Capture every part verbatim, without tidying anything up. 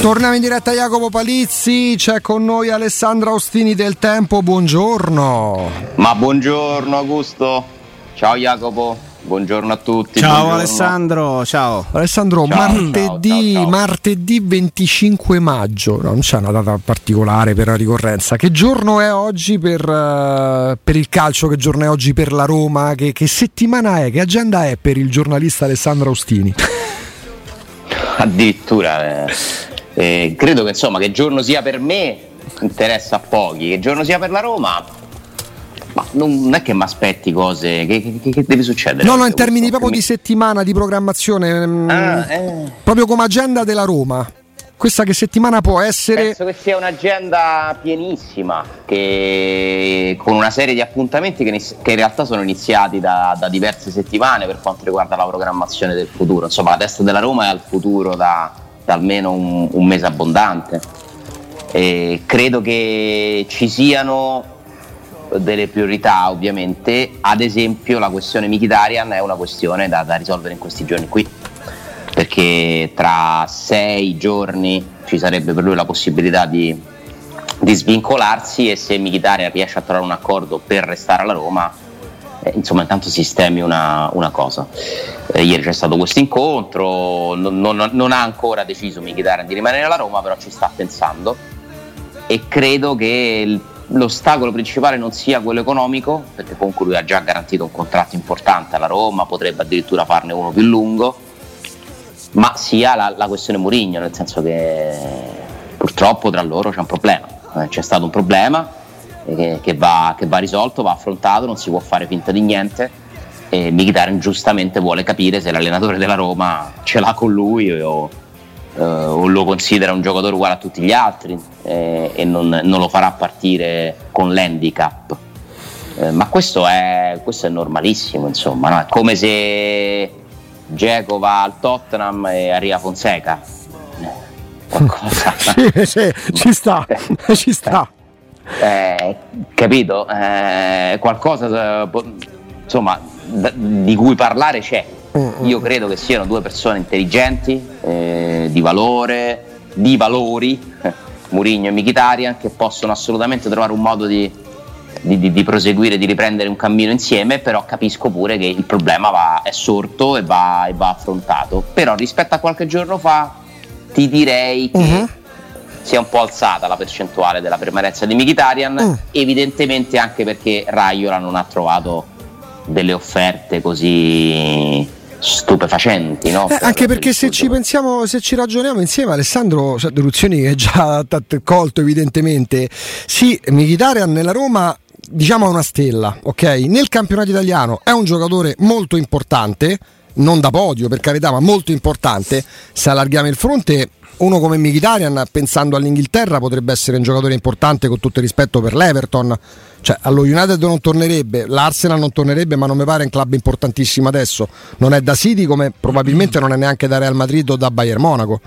Torniamo in diretta, Jacopo Palizzi, c'è con noi Alessandro Austini del Tempo, buongiorno. Ma buongiorno Augusto, ciao Jacopo, buongiorno a tutti. Ciao buongiorno. Alessandro, ciao. Alessandro, Ciao, martedì, ciao, ciao. martedì venticinque maggio, no, non c'è una data particolare per la ricorrenza. Che giorno è oggi per, uh, per il calcio, che giorno è oggi per la Roma, che, che settimana è, che agenda è per il giornalista Alessandro Austini? Addirittura... Eh. Eh, credo che insomma che giorno sia per me interessa a pochi, che giorno sia per la Roma, ma non è che mi aspetti cose che, che, che deve succedere. No, no, in termini proprio di settimana, di programmazione, mh, ah, eh. proprio come agenda della Roma. Questa che settimana può essere? Penso che sia un'agenda pienissima, che con una serie di appuntamenti che, che in realtà sono iniziati da, da diverse settimane per quanto riguarda la programmazione del futuro. Insomma, la testa della Roma è al futuro da da almeno un, un mese abbondante, e credo che ci siano delle priorità, ovviamente. Ad esempio la questione Mkhitaryan è una questione da, da risolvere in questi giorni qui, perché tra sei giorni ci sarebbe per lui la possibilità di, di svincolarsi, e se Mkhitaryan riesce a trovare un accordo per restare alla Roma, Eh, insomma intanto sistemi una, una cosa. Eh, ieri c'è stato questo incontro, non, non, non ha ancora deciso Mkhitaryan di rimanere alla Roma, però ci sta pensando, e credo che il, l'ostacolo principale non sia quello economico, perché comunque lui ha già garantito un contratto importante alla Roma, potrebbe addirittura farne uno più lungo, ma sia la, la questione Mourinho, nel senso che purtroppo tra loro c'è un problema, eh, c'è stato un problema Che, che, va, che va risolto, va affrontato, non si può fare finta di niente, e Mkhitaryan giustamente vuole capire se l'allenatore della Roma ce l'ha con lui o, eh, o lo considera un giocatore uguale a tutti gli altri, eh, e non, non lo farà partire con l'handicap, eh, ma questo è, questo è normalissimo, insomma, no? È come se Dzeko va al Tottenham e arriva Fonseca, qualcosa sì, sì, ci sta, ci sta. Eh, capito? Eh, qualcosa insomma d- di cui parlare c'è. Io credo che siano due persone intelligenti, eh, di valore, di valori, eh, Mourinho e Mkhitaryan, che possono assolutamente trovare un modo di, di, di, di proseguire, di riprendere un cammino insieme, però capisco pure che il problema va, è sorto e va, e va affrontato. Però rispetto a qualche giorno fa ti direi che uh-huh. si è un po' alzata la percentuale della permanenza di Mkhitaryan, mm. evidentemente anche perché Raiola non ha trovato delle offerte così stupefacenti, no? Eh, anche perché se ci pensiamo, se ci ragioniamo insieme, Alessandro, cioè, Deruzioni è già colto evidentemente. Sì, Mkhitaryan nella Roma diciamo è una stella, ok? Nel campionato italiano è un giocatore molto importante, non da podio per carità, ma molto importante. Se allarghiamo il fronte, uno come Mkhitaryan, pensando all'Inghilterra, potrebbe essere un giocatore importante, con tutto il rispetto per l'Everton. Cioè, allo United non tornerebbe, l'Arsenal non tornerebbe, ma non mi pare un club importantissimo adesso. Non è da City, come probabilmente non è neanche da Real Madrid o da Bayern Monaco.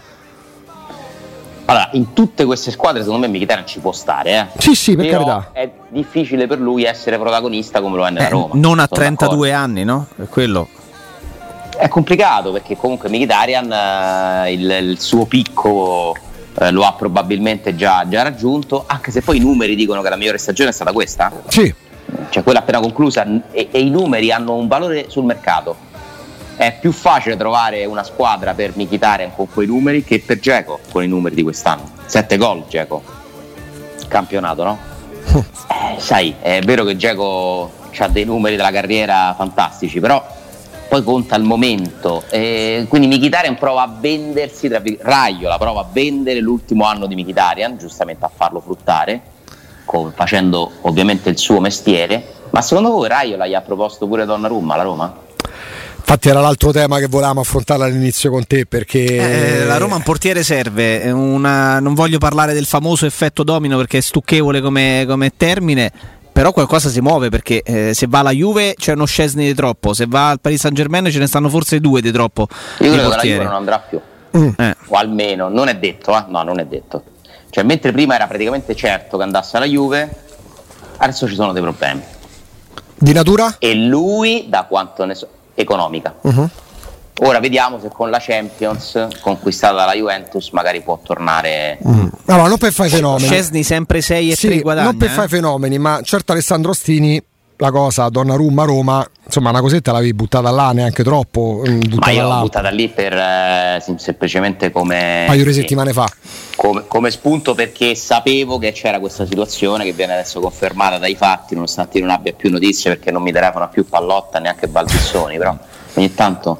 Allora, in tutte queste squadre secondo me Mkhitaryan ci può stare, eh? Sì, sì, per Però carità. è difficile per lui essere protagonista come lo è nella eh, Roma. Non a Sono trentadue d'accordo. anni, no? È quello. È complicato, perché comunque Mkhitaryan eh, il, il suo picco eh, lo ha probabilmente già, già raggiunto, anche se poi i numeri dicono che la migliore stagione è stata questa, Sì. cioè quella appena conclusa, e, e i numeri hanno un valore sul mercato. È più facile trovare una squadra per Mkhitaryan con quei numeri che per Dzeko con i numeri di quest'anno. Sette gol Dzeko, campionato, no? eh, sai, è vero che Dzeko ha dei numeri della carriera fantastici, però poi conta il momento, eh, quindi Mkhitaryan prova a vendersi, tra Raiola prova a vendere l'ultimo anno di Mkhitaryan, giustamente a farlo fruttare, con, facendo ovviamente il suo mestiere. Ma secondo voi Raiola gli ha proposto pure Donnarumma alla Roma? Infatti era l'altro tema che volevamo affrontare all'inizio con te, perché eh, la Roma un portiere serve, una, non voglio parlare del famoso effetto domino perché è stucchevole come, come termine, però qualcosa si muove, perché eh, se va alla Juve c'è uno Szczesny di troppo, se va al Paris Saint Germain ce ne stanno forse due di troppo. Io credo che la Juve non andrà più, mm. eh. o almeno non è detto, eh? no non è detto, cioè mentre prima era praticamente certo che andasse alla Juve, adesso ci sono dei problemi di natura, e lui da quanto ne so, economica, uh-huh. Ora vediamo se con la Champions conquistata dalla Juventus magari può tornare. Mm. Allora, non per fare fenomeni. Scesni sempre sei e sì, tre guadagni. Non per eh? fare fenomeni, ma certo Alessandro Ostini, la cosa Donnarumma Roma, insomma una cosetta l'avevi buttata là neanche troppo. Ma io l'ho buttata lì per eh, semplicemente come. Un paio di sì, settimane fa. Come, come spunto, perché sapevo che c'era questa situazione che viene adesso confermata dai fatti, nonostante io non abbia più notizie perché non mi telefona più Pallotta neanche Baldissoni, però ogni tanto.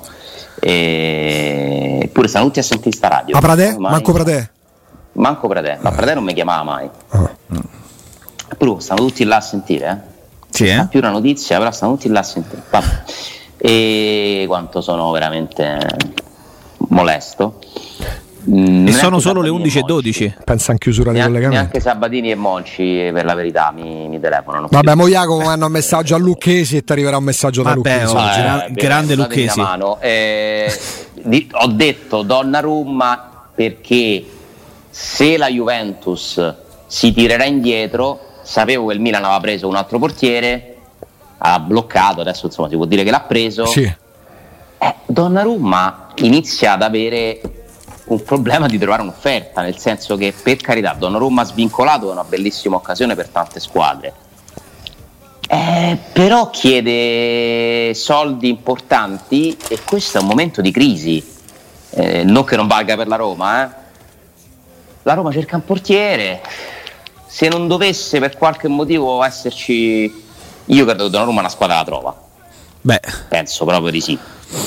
E... Eppure stanno tutti a sentire sta radio. Ma Pradè? Manco Pradè? Manco Pradè, ma Pradè non mi chiamava mai. Ah. Eppure stanno tutti là a sentire, eh? Sì, eh? Non più una notizia, però stanno tutti là a sentire. Vabbè. E quanto sono veramente molesto. Mm, e sono solo le undici e dodici. Pensa in chiusura dei collegamenti. Neanche Sabatini e Monci, per la verità, mi, mi telefonano. Vabbè, mo Jacopo manda un messaggio a Lucchesi e ti arriverà un messaggio da Vabbè, Lucchesi. oh, gra- eh, grande bene, Lucchesi. Eh, di, ho detto Donnarumma perché se la Juventus si tirerà indietro, sapevo che il Milan aveva preso un altro portiere, ha bloccato, adesso insomma si può dire che l'ha preso. Sì. Eh, Donnarumma inizia ad avere un problema di trovare un'offerta, nel senso che, per carità, Donnarumma svincolato è una bellissima occasione per tante squadre, eh, però chiede soldi importanti e questo è un momento di crisi, eh, non che non valga per la Roma, eh. La Roma cerca un portiere, se non dovesse per qualche motivo esserci, io credo che Donnarumma una squadra la trova. Beh, penso proprio di sì,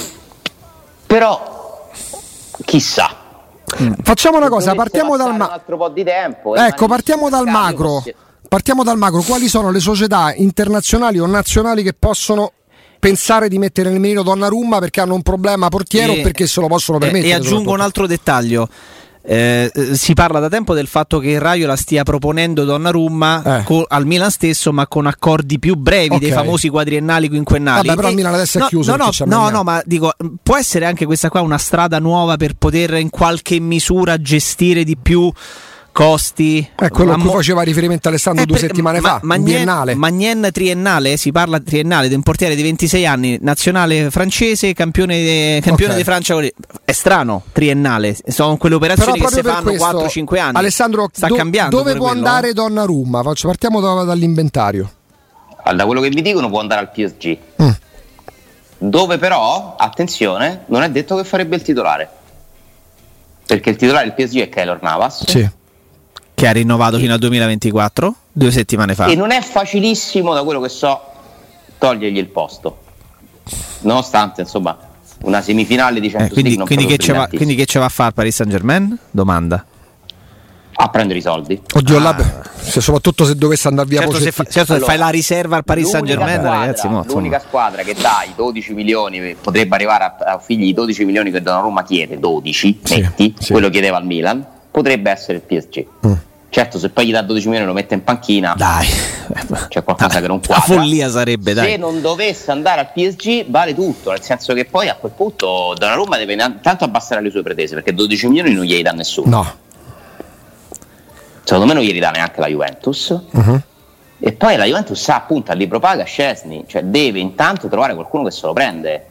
però chissà. Facciamo una cosa, partiamo dal ma- un altro po' di tempo. Ecco, partiamo dal macro. Partiamo dal macro. Quali sono le società internazionali o nazionali che possono pensare di mettere nel mirino Donnarumma perché hanno un problema portiero e, o perché se lo possono permettere? E aggiungo un altro dettaglio. Eh, si parla da tempo del fatto che il Raiola stia proponendo Donnarumma eh. co- al Milan stesso, ma con accordi più brevi, okay, dei famosi quadriennali quinquennali. Vabbè, però il Milan adesso è no, chiuso. No, no, no, no, ma dico, può essere anche questa qua una strada nuova per poter in qualche misura gestire di più costi. È quello a cui mo- faceva riferimento Alessandro eh, due per, settimane ma, fa. Magnen, biennale. Magnen triennale, si parla triennale di un portiere di ventisei anni, nazionale francese, campione, de, campione okay. di Francia. È strano, triennale, sono quelle operazioni che si fanno questo, quattro cinque anni. Alessandro, sta do, cambiando. Dove può quello, andare eh? Donnarumma? Faccio, partiamo da, dall'inventario. Allora, da quello che vi dicono può andare al P S G. Mm. Dove però, attenzione, non è detto che farebbe il titolare. Perché il titolare del P S G è Keylor Navas. Sì. Che ha rinnovato fino al duemilaventiquattro, due settimane fa. E non è facilissimo, da quello che so, togliergli il posto. Nonostante, insomma, una semifinale di Champions eh, quindi, League non quindi, che ce va, quindi che ce va a fare Paris Saint-Germain? Domanda. A prendere i soldi. Oddio, ah. là, se, soprattutto se dovesse andare via certo, se, fa, certo allora, se fai la riserva al Paris Saint-Germain, squadra, ragazzi, mo, l'unica squadra che dà i dodici milioni, potrebbe arrivare a, a figli i dodici milioni che Donnarumma chiede, dodici sì, metti, sì. quello chiedeva al Milan, potrebbe essere il P S G. Mm. Certo, se poi gli dà dodici milioni e lo mette in panchina, dai, c'è qualcosa che non quadra. La follia sarebbe, dai. Se non dovesse andare al P S G vale tutto, nel senso che poi a quel punto Donnarumma deve intanto abbassare le sue pretese, perché dodici milioni non glieli dà nessuno. No. Secondo me non glieli dà neanche la Juventus. Uh-huh. E poi la Juventus sa appunto al libro paga Szczesny, cioè deve intanto trovare qualcuno che se lo prende.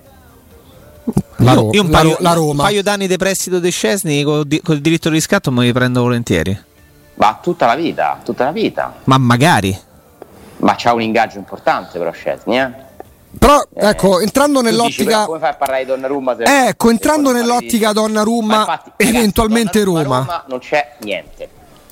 La, Ro- io un paio, la, la Roma. Un paio d'anni di prestito di Szczesny col, di, col diritto di riscatto me li prendo volentieri. Ma tutta la vita, tutta la vita. Ma magari. Ma c'ha un ingaggio importante però Szczesny, eh? Però eh, ecco, entrando nell'ottica dici, come fai a parlare di Donnarumma se, eh, ecco, entrando se nell'ottica di... Donnarumma, infatti, eventualmente ragazzi, Donnarumma, Roma. Roma non c'è niente.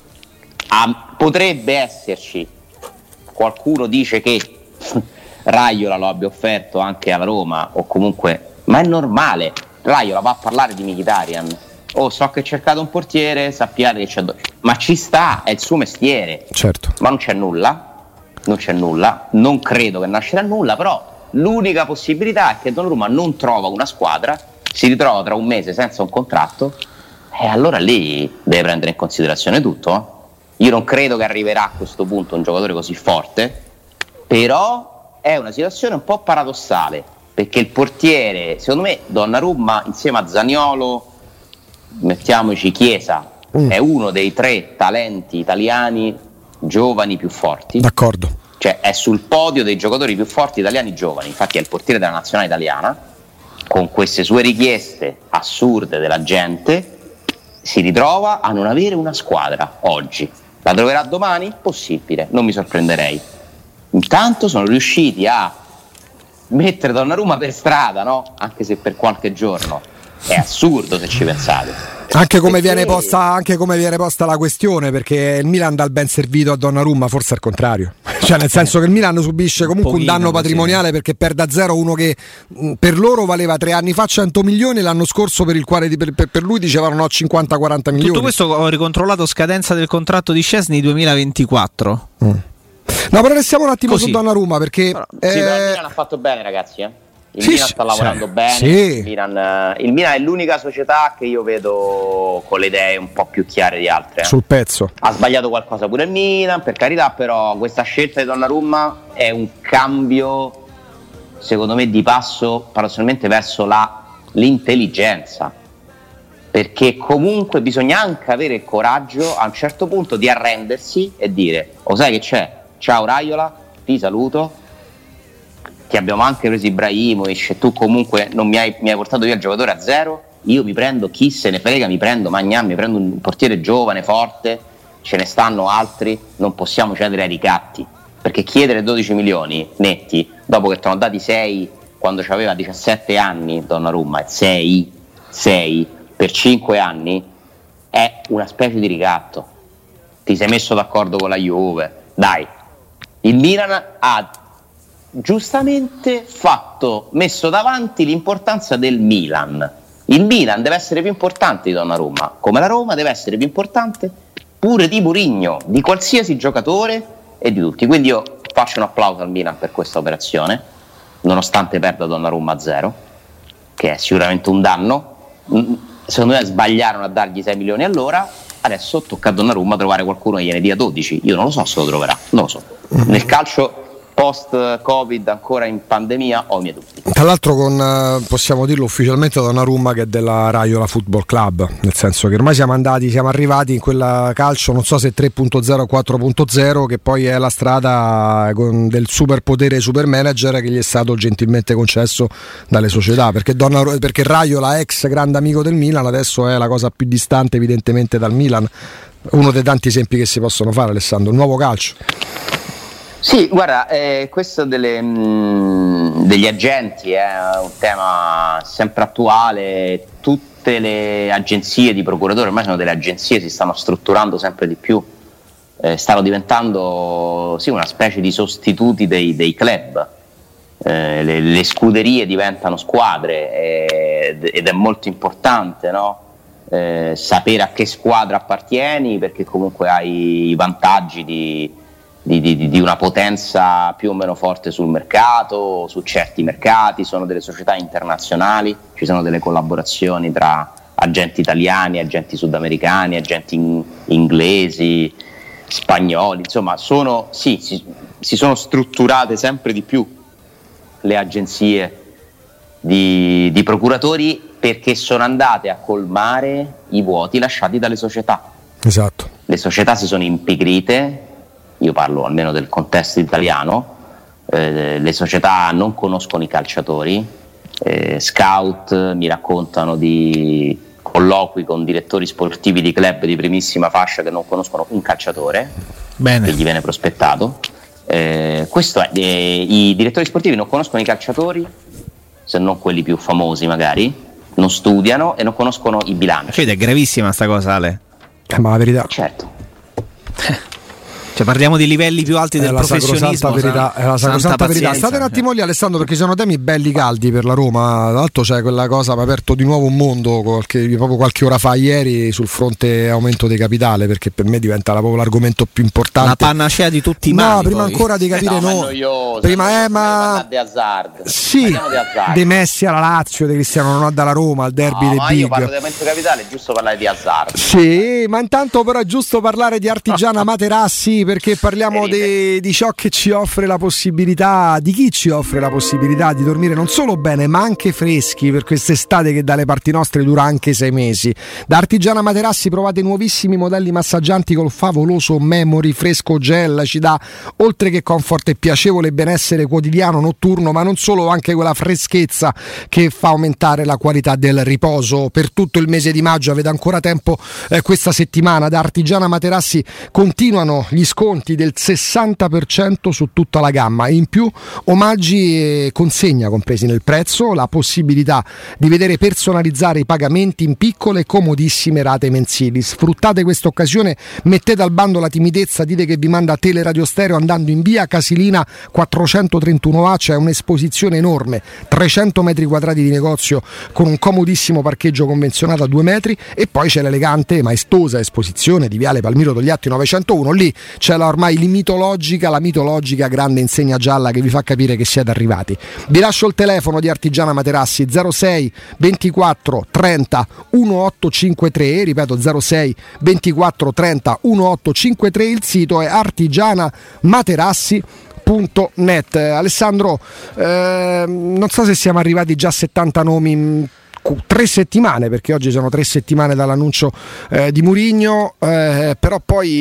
Ah, potrebbe esserci qualcuno dice che Raiola lo abbia offerto anche alla Roma o comunque, ma è normale. Raiola va a parlare di Mkhitaryan. Oh, so che cercate un portiere, sappiate che c'è do... ma ci sta, è il suo mestiere. Certo. Ma non c'è nulla. Non c'è nulla, non credo che nascerà nulla, però l'unica possibilità è che Donnarumma non trova una squadra, si ritrova tra un mese senza un contratto e allora lì deve prendere in considerazione tutto. Eh? Io non credo che arriverà a questo punto un giocatore così forte, però è una situazione un po' paradossale, perché il portiere, secondo me Donnarumma insieme a Zaniolo, mettiamoci Chiesa, mm. è uno dei tre talenti italiani giovani più forti. D'accordo. Cioè è sul podio dei giocatori più forti italiani giovani, infatti è il portiere della nazionale italiana con queste sue richieste assurde della gente, si ritrova a non avere una squadra oggi. La troverà domani? Possibile, non mi sorprenderei. Intanto sono riusciti a mettere Donnarumma per strada, no? Anche se per qualche giorno. È assurdo se ci pensate. Anche come, viene posta, anche come viene posta la questione, perché il Milan dà il ben servito a Donnarumma, forse al contrario. Cioè, nel senso che il Milan subisce comunque un, un danno patrimoniale così, perché perde a zero uno che mh, per loro valeva tre anni fa cento milioni, l'anno scorso per il quale per, per, per lui dicevano no cinquanta quaranta milioni. Tutto questo ho ricontrollato, scadenza del contratto di Szczesny duemilaventiquattro. Mm. No, però restiamo un attimo così su Donnarumma, perché però, eh... sì, però il Milan ha fatto bene, ragazzi, eh? Il sì, Milan sta lavorando sì, bene. sì. Il, Milan, il Milan è l'unica società che io vedo con le idee un po' più chiare di altre. Eh. Sul pezzo. Ha sbagliato qualcosa pure il Milan, per carità, però questa scelta di Donnarumma è un cambio, secondo me, di passo paradossalmente verso la, l'intelligenza. Perché comunque bisogna anche avere il coraggio a un certo punto di arrendersi e dire: oh, sai che c'è? Ciao Raiola, ti saluto. Che abbiamo anche preso Ibrahimovic e tu comunque non mi hai, mi hai portato via il giocatore a zero, io mi prendo chi se ne frega, mi prendo Magnà, mi prendo un portiere giovane, forte, ce ne stanno altri, non possiamo cedere ai ricatti, perché chiedere dodici milioni netti dopo che ti hanno dati sei quando aveva diciassette anni Donnarumma, e sei, sei per cinque anni è una specie di ricatto. Ti sei messo d'accordo con la Juve, dai, il Milan ha giustamente fatto, messo davanti l'importanza del Milan. Il Milan deve essere più importante di Donnarumma, come la Roma deve essere più importante pure di Mourinho, di qualsiasi giocatore e di tutti. Quindi io faccio un applauso al Milan per questa operazione, nonostante perda Donnarumma a zero, che è sicuramente un danno. Secondo me sbagliarono a dargli sei milioni all'ora. Adesso tocca a Donnarumma trovare qualcuno che gliene dia dodici. Io non lo so se lo troverà, non lo so. Nel calcio post-Covid, ancora in pandemia, ho i miei dubbi. Tra l'altro con, possiamo dirlo ufficialmente, Donnarumma che è della Raiola Football Club, nel senso che ormai siamo andati, siamo arrivati in quella calcio, non so se tre punto zero o quattro punto zero, che poi è la strada con del superpotere super manager che gli è stato gentilmente concesso dalle società, perché, Donnarumma, perché Raiola, ex grande amico del Milan, adesso è la cosa più distante evidentemente dal Milan. Uno dei tanti esempi che si possono fare, Alessandro, il nuovo calcio. Sì, guarda, eh, questo delle, mh, degli agenti è un tema sempre attuale. Tutte le agenzie di procuratori ormai sono delle agenzie, si stanno strutturando sempre di più, eh, stanno diventando sì, una specie di sostituti dei, dei club. Eh, le, le scuderie diventano squadre eh, ed è molto importante, no? Eh, sapere a che squadra appartieni, perché comunque hai i vantaggi di Di, di, di una potenza più o meno forte sul mercato, su certi mercati. Sono delle società internazionali, ci sono delle collaborazioni tra agenti italiani, agenti sudamericani, agenti in, inglesi, spagnoli, insomma sono, sì, si, si sono strutturate sempre di più le agenzie di, di procuratori, perché sono andate a colmare i vuoti lasciati dalle società. Esatto. Le società si sono impigrite. Io parlo almeno del contesto italiano, eh, le società non conoscono i calciatori, eh, scout mi raccontano di colloqui con direttori sportivi di club di primissima fascia che non conoscono un calciatore. Bene. Che gli viene prospettato. Eh, questo è, eh, i direttori sportivi non conoscono i calciatori, se non quelli più famosi magari, non studiano e non conoscono i bilanci. Cioè, è gravissima sta cosa, Ale. Eh, ma la verità. Certo. Cioè parliamo di livelli più alti del professionismo. Verità, è la sacrosanta verità. State un attimo lì, Alessandro, perché ci sono temi belli caldi per la Roma. Tra l'altro c'è quella cosa, mi ha aperto di nuovo un mondo qualche, proprio qualche ora fa ieri sul fronte aumento dei capitale, perché per me diventa proprio l'argomento più importante. La panacea di tutti i mali. No, prima poi. ancora di capire no, no. Ma è noioso, prima è ma di Hazard. Sì, di Hazard. De Messi alla Lazio, De Cristiano Ronaldo alla Roma, al derby no, dei ma big. Io parlo di aumento capitale, è giusto parlare di Hazard. Sì, ma intanto però è giusto parlare di Artigiana Materassi, Sì, perché parliamo de, di ciò che ci offre la possibilità, di chi ci offre la possibilità di dormire non solo bene ma anche freschi per quest'estate che dalle parti nostre dura anche sei mesi. Da Artigiana Materassi provate nuovissimi modelli massaggianti col favoloso Memory Fresco Gel, ci dà oltre che comfort e piacevole benessere quotidiano, notturno, ma non solo, anche quella freschezza che fa aumentare la qualità del riposo. Per tutto il mese di maggio avete ancora tempo, eh, questa settimana da Artigiana Materassi continuano gli sconti del sessanta per cento su tutta la gamma e in più omaggi e consegna compresi nel prezzo, la possibilità di vedere personalizzare i pagamenti in piccole e comodissime rate mensili. Sfruttate questa occasione, mettete al bando la timidezza, dite che vi manda Teleradio Stereo andando in via Casilina quattrocentotrentuno A, c'è un'esposizione enorme, trecento metri quadrati di negozio con un comodissimo parcheggio convenzionato a due metri e poi c'è l'elegante e maestosa esposizione di Viale Palmiro Togliatti novecentouno. Lì c'è la ormai mitologica, la mitologica grande insegna gialla che vi fa capire che siete arrivati. Vi lascio il telefono di Artigiana Materassi zero sei ventiquattro trenta diciottocinquantatré, ripeto zero sei ventiquattro trenta diciottocinquantatré, il sito è artigiana materassi punto net. Alessandro, eh, non so se siamo arrivati già a settanta nomi in tre settimane, perché oggi sono tre settimane dall'annuncio eh, di Mourinho, eh, però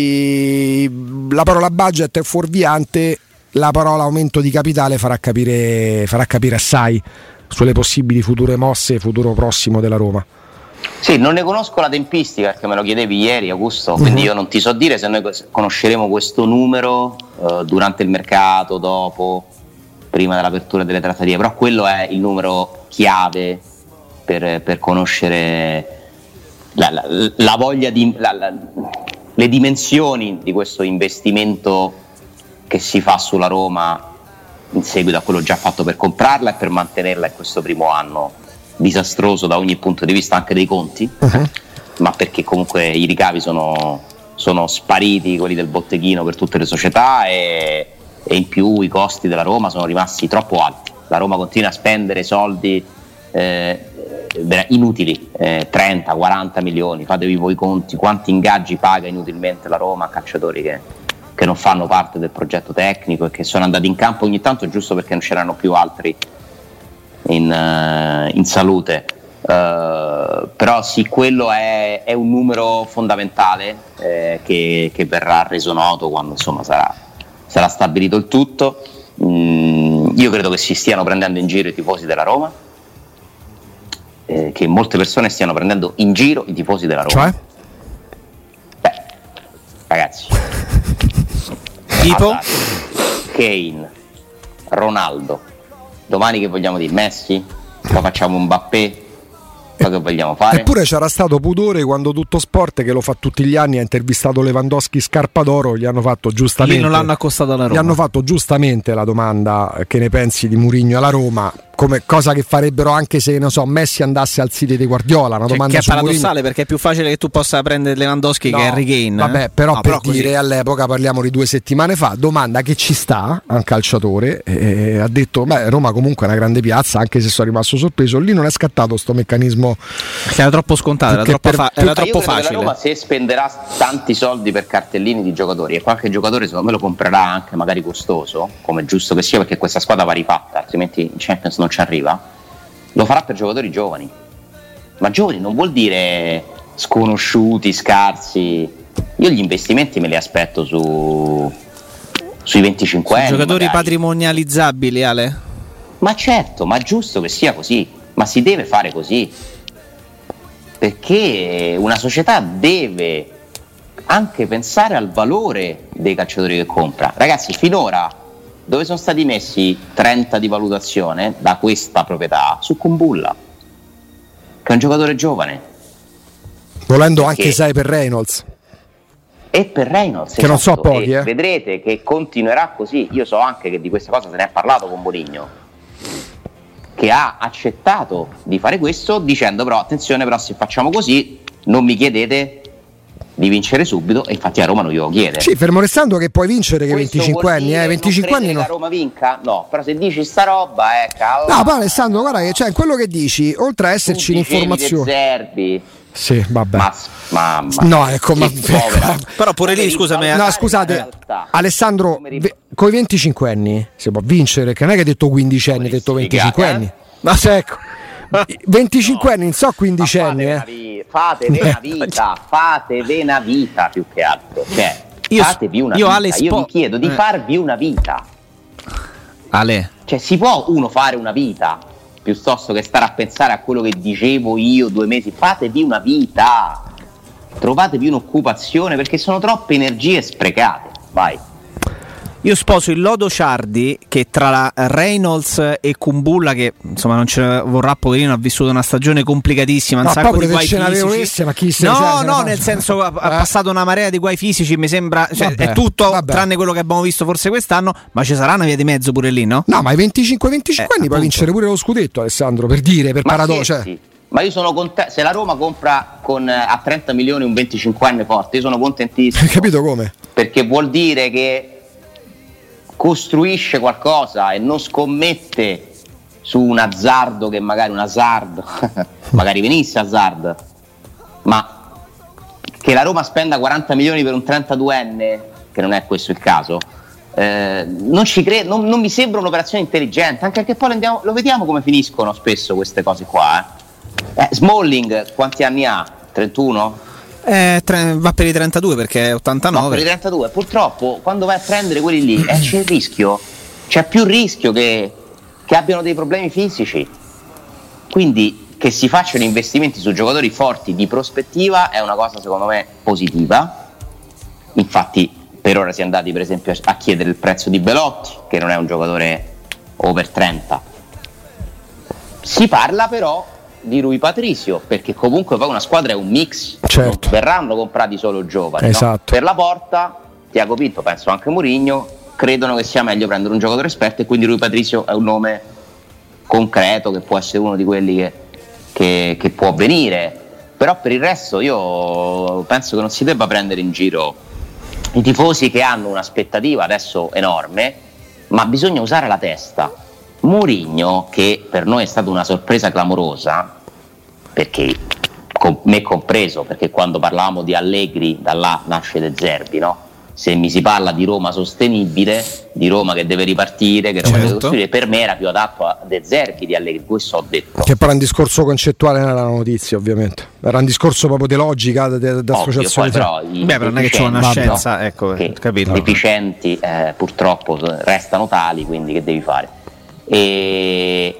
poi la parola budget è fuorviante, la parola aumento di capitale farà capire, farà capire assai sulle possibili future mosse, futuro prossimo della Roma. Sì, non ne conosco la tempistica perché me lo chiedevi ieri, Augusto, quindi mm-hmm. io non ti so dire se noi conosceremo questo numero eh, durante il mercato, dopo, prima dell'apertura delle trattative, però quello è il numero chiave per, per conoscere la, la, la voglia di la, la, le dimensioni di questo investimento che si fa sulla Roma in seguito a quello già fatto per comprarla e per mantenerla in questo primo anno disastroso da ogni punto di vista, anche dei conti, uh-huh. ma perché comunque i ricavi sono, sono spariti, quelli del botteghino, per tutte le società, e, e in più i costi della Roma sono rimasti troppo alti. La Roma continua a spendere soldi eh, inutili, eh, trenta quaranta milioni, fatevi voi i conti, quanti ingaggi paga inutilmente la Roma a calciatori che, che non fanno parte del progetto tecnico e che sono andati in campo ogni tanto giusto perché non c'erano più altri In, uh, in salute, uh, però sì, quello è, è un numero fondamentale eh, che, che verrà reso noto quando insomma sarà, sarà stabilito il tutto. Mm, io credo che si stiano prendendo in giro i tifosi della Roma, eh, che molte persone stiano prendendo in giro i tifosi della Roma. Cioè? Beh, ragazzi, tipo Kane, Ronaldo. Domani che vogliamo dire? Messi? Poi facciamo un Mbappé? Poi che vogliamo fare? Eppure c'era stato pudore quando Tutto Sport, che lo fa tutti gli anni, ha intervistato Lewandowski Scarpa d'Oro, gli hanno fatto giustamente Lì non l'hanno accostato alla Roma. Gli hanno fatto giustamente la domanda che ne pensi di Mourinho alla Roma, come cosa che farebbero anche se, non so, Messi andasse al City di Guardiola, una cioè, domanda che è su paradossale Mourinho. perché è più facile che tu possa prendere Lewandowski no, che Harry Kane. Vabbè, però no, per però dire, all'epoca, parliamo di due settimane fa, domanda che ci sta a un calciatore, eh, ha detto beh, Roma comunque è una grande piazza, anche se sono rimasto sorpreso. Lì non è scattato sto meccanismo, che era troppo scontato, era troppo, per, fa- per, era troppo io facile. La Roma, se spenderà tanti soldi per cartellini di giocatori, e qualche giocatore secondo me lo comprerà anche magari costoso, come è giusto che sia, perché questa squadra va rifatta, altrimenti in Champions non ci arriva, lo farà per giocatori giovani. Ma giovani non vuol dire sconosciuti, scarsi. Io gli investimenti me li aspetto su sui venticinque anni, giocatori magari patrimonializzabili, Ale? Ma certo, ma è giusto che sia così, ma si deve fare così, perché una società deve anche pensare al valore dei calciatori che compra. Ragazzi, finora dove sono stati messi trenta di valutazione da questa proprietà? Su Kumbulla, che è un giocatore giovane, volendo perché anche sei per Reynolds e per Reynolds, che esatto. Non so pochi, eh. Vedrete che continuerà così. Io so anche che di questa cosa se ne è parlato con Mourinho, che ha accettato di fare questo dicendo però attenzione, però se facciamo così non mi chiedete di vincere subito, e infatti a Roma non glielo chiede. Sì, fermo restando che puoi vincere che questo venticinque anni, eh, venticinque anni no. no. La Roma vinca? No, però se dici sta roba, eh, calla. No, poi Alessandro, guarda che cioè quello che dici, oltre a esserci l'informazione. Zerbi, Sì, vabbè. Ma, ma, ma no, ecco, ma, povera. Però pure lì, scusami, no, scusate, Alessandro, con i venticinque anni si può vincere, che non è che hai detto quindici anni, hai detto venticinque anni. Eh? Ma se ecco, venticinque no, anni, non so quindici anni, eh. Fatevi una vita, fatevi una vita più che altro. Cioè, io, fatevi una io, vita. Ale, io vi chiedo di eh. farvi una vita. Ale. Cioè, si può uno fare una vita piuttosto che stare a pensare a quello che dicevo io due mesi? Fatevi una vita, trovatevi un'occupazione, perché sono troppe energie sprecate. Vai. Io sposo il lodo Ciardi, che tra Reynolds e Kumbulla, che insomma non ce ne vorrà, poverino, ha vissuto una stagione complicatissima, un no, sacco di guai fisici. Ma chi se no, cioè, no, nel senso ha, ha passato una marea di guai fisici, mi sembra, cioè, vabbè, è tutto vabbè. tranne quello che abbiamo visto forse quest'anno, ma ci sarà una via di mezzo pure lì, no? No, ma ai venticinque venticinque eh, anni puoi vincere pure lo scudetto, Alessandro, per dire, per paradosso. Cioè. Sì. Ma io sono contento, se la Roma compra con, a trenta milioni un venticinquenne forte, io sono contentissimo. Hai capito come? Perché vuol dire che costruisce qualcosa e non scommette su un azzardo, che magari un azzardo magari venisse azzardo, ma che la Roma spenda quaranta milioni per un trentaduenne, che non è questo il caso, eh, non ci credo, non, non mi sembra un'operazione intelligente, anche perché poi andiamo, lo vediamo come finiscono spesso queste cose qua. eh. Eh, Smalling quanti anni ha? trentuno? Eh, tre, va per i trentadue perché è ottantanove. Va per i trentadue. Purtroppo quando vai a prendere quelli lì eh, c'è il rischio, c'è più rischio che, che abbiano dei problemi fisici. Quindi che si facciano investimenti su giocatori forti di prospettiva è una cosa secondo me positiva. Infatti per ora si è andati per esempio a chiedere il prezzo di Belotti, che non è un giocatore over trenta. Si parla però di Rui Patricio, perché comunque poi una squadra è un mix, certo. Non verranno comprati solo giovani, esatto. no? Per la Porta, Tiago Pinto, penso anche Mourinho credono che sia meglio prendere un giocatore esperto, e quindi Rui Patricio è un nome concreto che può essere uno di quelli che, che, che può venire. Però per il resto io penso che non si debba prendere in giro i tifosi, che hanno un'aspettativa adesso enorme, ma bisogna usare la testa. Mourinho, che per noi è stata una sorpresa clamorosa, perché con me compreso, perché quando parlavamo di Allegri da là nasce De Zerbi, no? Se mi si parla di Roma sostenibile, di Roma che deve ripartire, che Roma certo. deve costruire, per me era più adatto a De Zerbi di Allegri, questo ho detto. Che però è un discorso concettuale nella notizia, ovviamente. Era un discorso proprio di logica, di associazione. Però Beh, però non è che c'è una scienza, no? Ecco, che capito. Deficienti eh, purtroppo restano tali, quindi che devi fare? E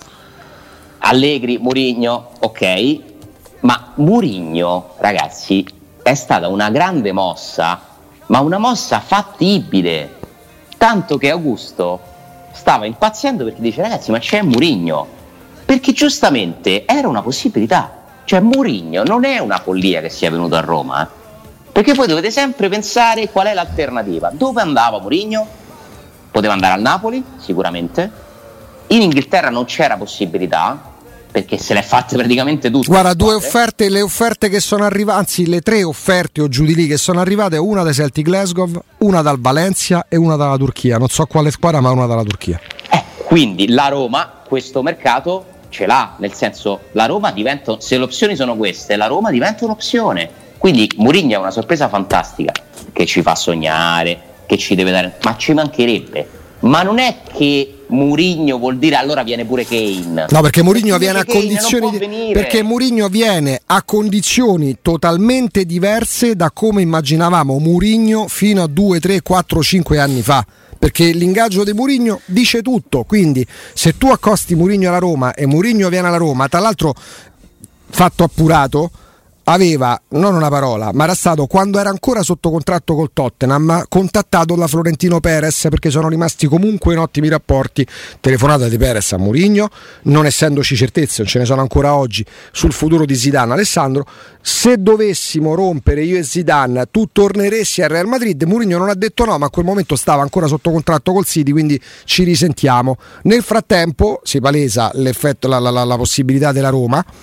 Allegri, Mourinho, ok, ma Mourinho, ragazzi, è stata una grande mossa, ma una mossa fattibile, tanto che Augusto stava impazzendo perché dice ragazzi, ma c'è Mourinho, perché giustamente era una possibilità, cioè Mourinho non è una follia che sia venuto a Roma, eh? Perché voi dovete sempre pensare qual è l'alternativa. Dove andava Mourinho? Poteva andare al Napoli, sicuramente. In Inghilterra non c'era possibilità, perché se le è fatte praticamente tutte. Guarda, due offerte, le offerte che sono arrivate, anzi le tre offerte o giù di lì che sono arrivate, una dai Celtic Glasgow, una dal Valencia e una dalla Turchia. Non so quale squadra, ma una dalla Turchia. Eh, quindi la Roma questo mercato ce l'ha, nel senso la Roma diventa, se le opzioni sono queste, la Roma diventa un'opzione. Quindi Mourinho è una sorpresa fantastica, che ci fa sognare, che ci deve dare, ma ci mancherebbe. Ma non è che Mourinho vuol dire allora viene pure Kane. No, perché Mourinho viene a condizioni di, perché Mourinho viene a condizioni totalmente diverse da come immaginavamo Mourinho fino a due, tre, quattro, cinque anni fa. Perché l'ingaggio di Mourinho dice tutto. Quindi se tu accosti Mourinho alla Roma e Mourinho viene alla Roma, tra l'altro fatto appurato, aveva, non una parola, ma era stato, quando era ancora sotto contratto col Tottenham, contattato da Florentino Perez, perché sono rimasti comunque in ottimi rapporti. Telefonata di Perez a Mourinho, non essendoci certezze, non ce ne sono ancora oggi, sul futuro di Zidane. Alessandro, se dovessimo rompere io e Zidane, tu torneresti al Real Madrid? Mourinho non ha detto no, ma a quel momento stava ancora sotto contratto col City, quindi ci risentiamo. Nel frattempo si palesa l'effetto, la, la, la, la possibilità della Roma.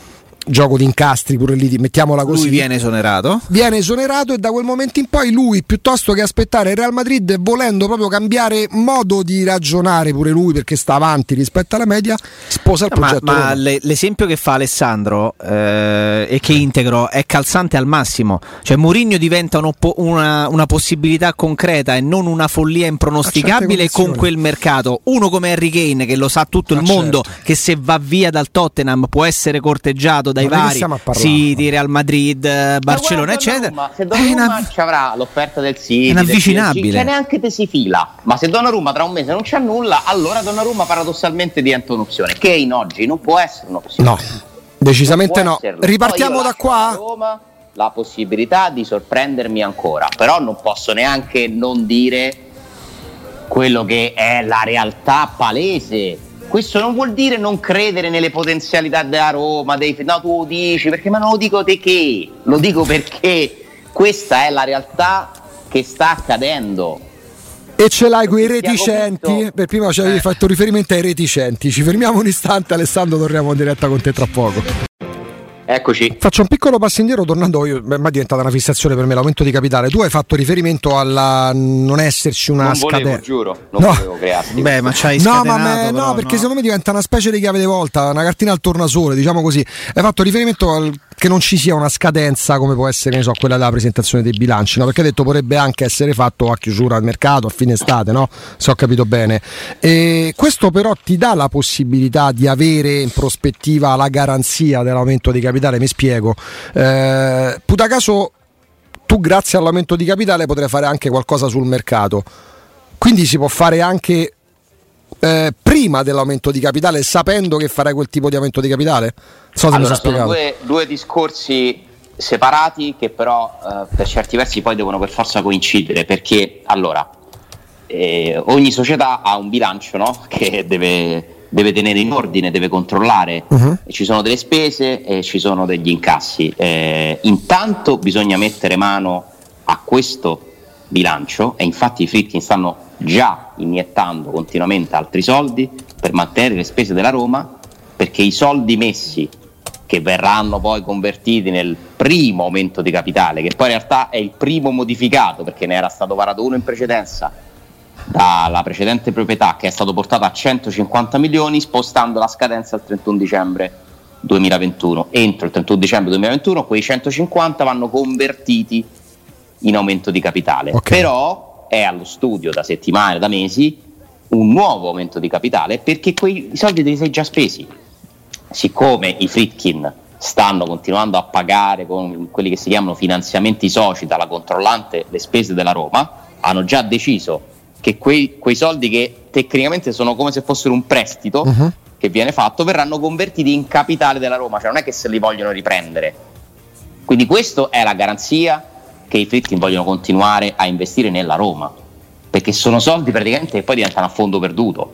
gioco di incastri pure lì, mettiamola così. Lui viene esonerato. Viene esonerato e da quel momento in poi lui, piuttosto che aspettare il Real Madrid, volendo proprio cambiare modo di ragionare pure lui perché sta avanti rispetto alla media, sposa il progetto. Ma, ma le, l'esempio che fa Alessandro eh, e che integro è calzante al massimo. Cioè Mourinho diventa una, una possibilità concreta e non una follia impronosticabile con quel mercato. Uno come Harry Kane, che lo sa tutto il ma mondo, certo. che se va via dal Tottenham può essere corteggiato dai ma vari City, Real Madrid, Barcellona eccetera. Donnarumma, se Donnarumma una... ci avrà l'offerta del City, è inavvicinabile, cioè neanche te si fila. Ma se Donnarumma tra un mese non c'ha nulla, allora Donnarumma paradossalmente diventa un'opzione, che in oggi non può essere un'opzione. No, decisamente no. Ripartiamo da qua. Roma la possibilità di sorprendermi ancora, però non posso neanche non dire quello che è la realtà palese. Questo non vuol dire non credere nelle potenzialità della Roma, dei... no, tu lo dici perché, ma non lo dico te che, lo dico perché questa è la realtà che sta accadendo. E ce l'hai quei reticenti, per prima ci avevi eh. fatto riferimento ai reticenti. Ci fermiamo un istante, Alessandro, torniamo in diretta con te tra poco. Eccoci. Faccio un piccolo passo indietro tornando, io, beh, ma è diventata una fissazione per me l'aumento di capitale. Tu hai fatto riferimento alla non esserci una scadenza. Giuro, non no. volevo crearti. Beh, ma c'hai no, ma me, però, no, perché no. secondo me diventa una specie di chiave di volta, una cartina al tornasole, diciamo così. Hai fatto riferimento al che non ci sia una scadenza come può essere, ne so, quella della presentazione dei bilanci, no? Perché hai detto potrebbe anche essere fatto a chiusura al mercato, a fine estate, no? Se ho capito bene. E questo però ti dà la possibilità di avere in prospettiva la garanzia dell'aumento di capitale, mi spiego. Eh, puta caso tu grazie all'aumento di capitale potrai fare anche qualcosa sul mercato, quindi si può fare anche eh, prima dell'aumento di capitale sapendo che farai quel tipo di aumento di capitale. So se allora, mi sono sono spiegato. Due, due discorsi separati che però eh, per certi versi poi devono per forza coincidere, perché allora eh, ogni società ha un bilancio, no? Che deve deve tenere in ordine, deve controllare, uh-huh. e ci sono delle spese e ci sono degli incassi. Eh, intanto bisogna mettere mano a questo bilancio e infatti i Friedkin stanno già iniettando continuamente altri soldi per mantenere le spese della Roma, perché i soldi messi che verranno poi convertiti nel primo aumento di capitale, che poi in realtà è il primo modificato perché ne era stato varato uno in precedenza dalla precedente proprietà, che è stato portato a centocinquanta milioni spostando la scadenza al trentuno dicembre duemilaventuno. Entro il trentuno dicembre duemilaventuno quei centocinquanta vanno convertiti in aumento di capitale, okay. Però è allo studio da settimane, da mesi un nuovo aumento di capitale, perché quei soldi te li sei già spesi. Siccome i Friedkin stanno continuando a pagare con quelli che si chiamano finanziamenti soci dalla controllante le spese della Roma, hanno già deciso che quei, quei soldi che tecnicamente sono come se fossero un prestito uh-huh. che viene fatto, verranno convertiti in capitale della Roma, cioè non è che se li vogliono riprendere. Quindi questa è la garanzia che i Friedkin vogliono continuare a investire nella Roma, perché sono soldi praticamente che poi diventano a fondo perduto.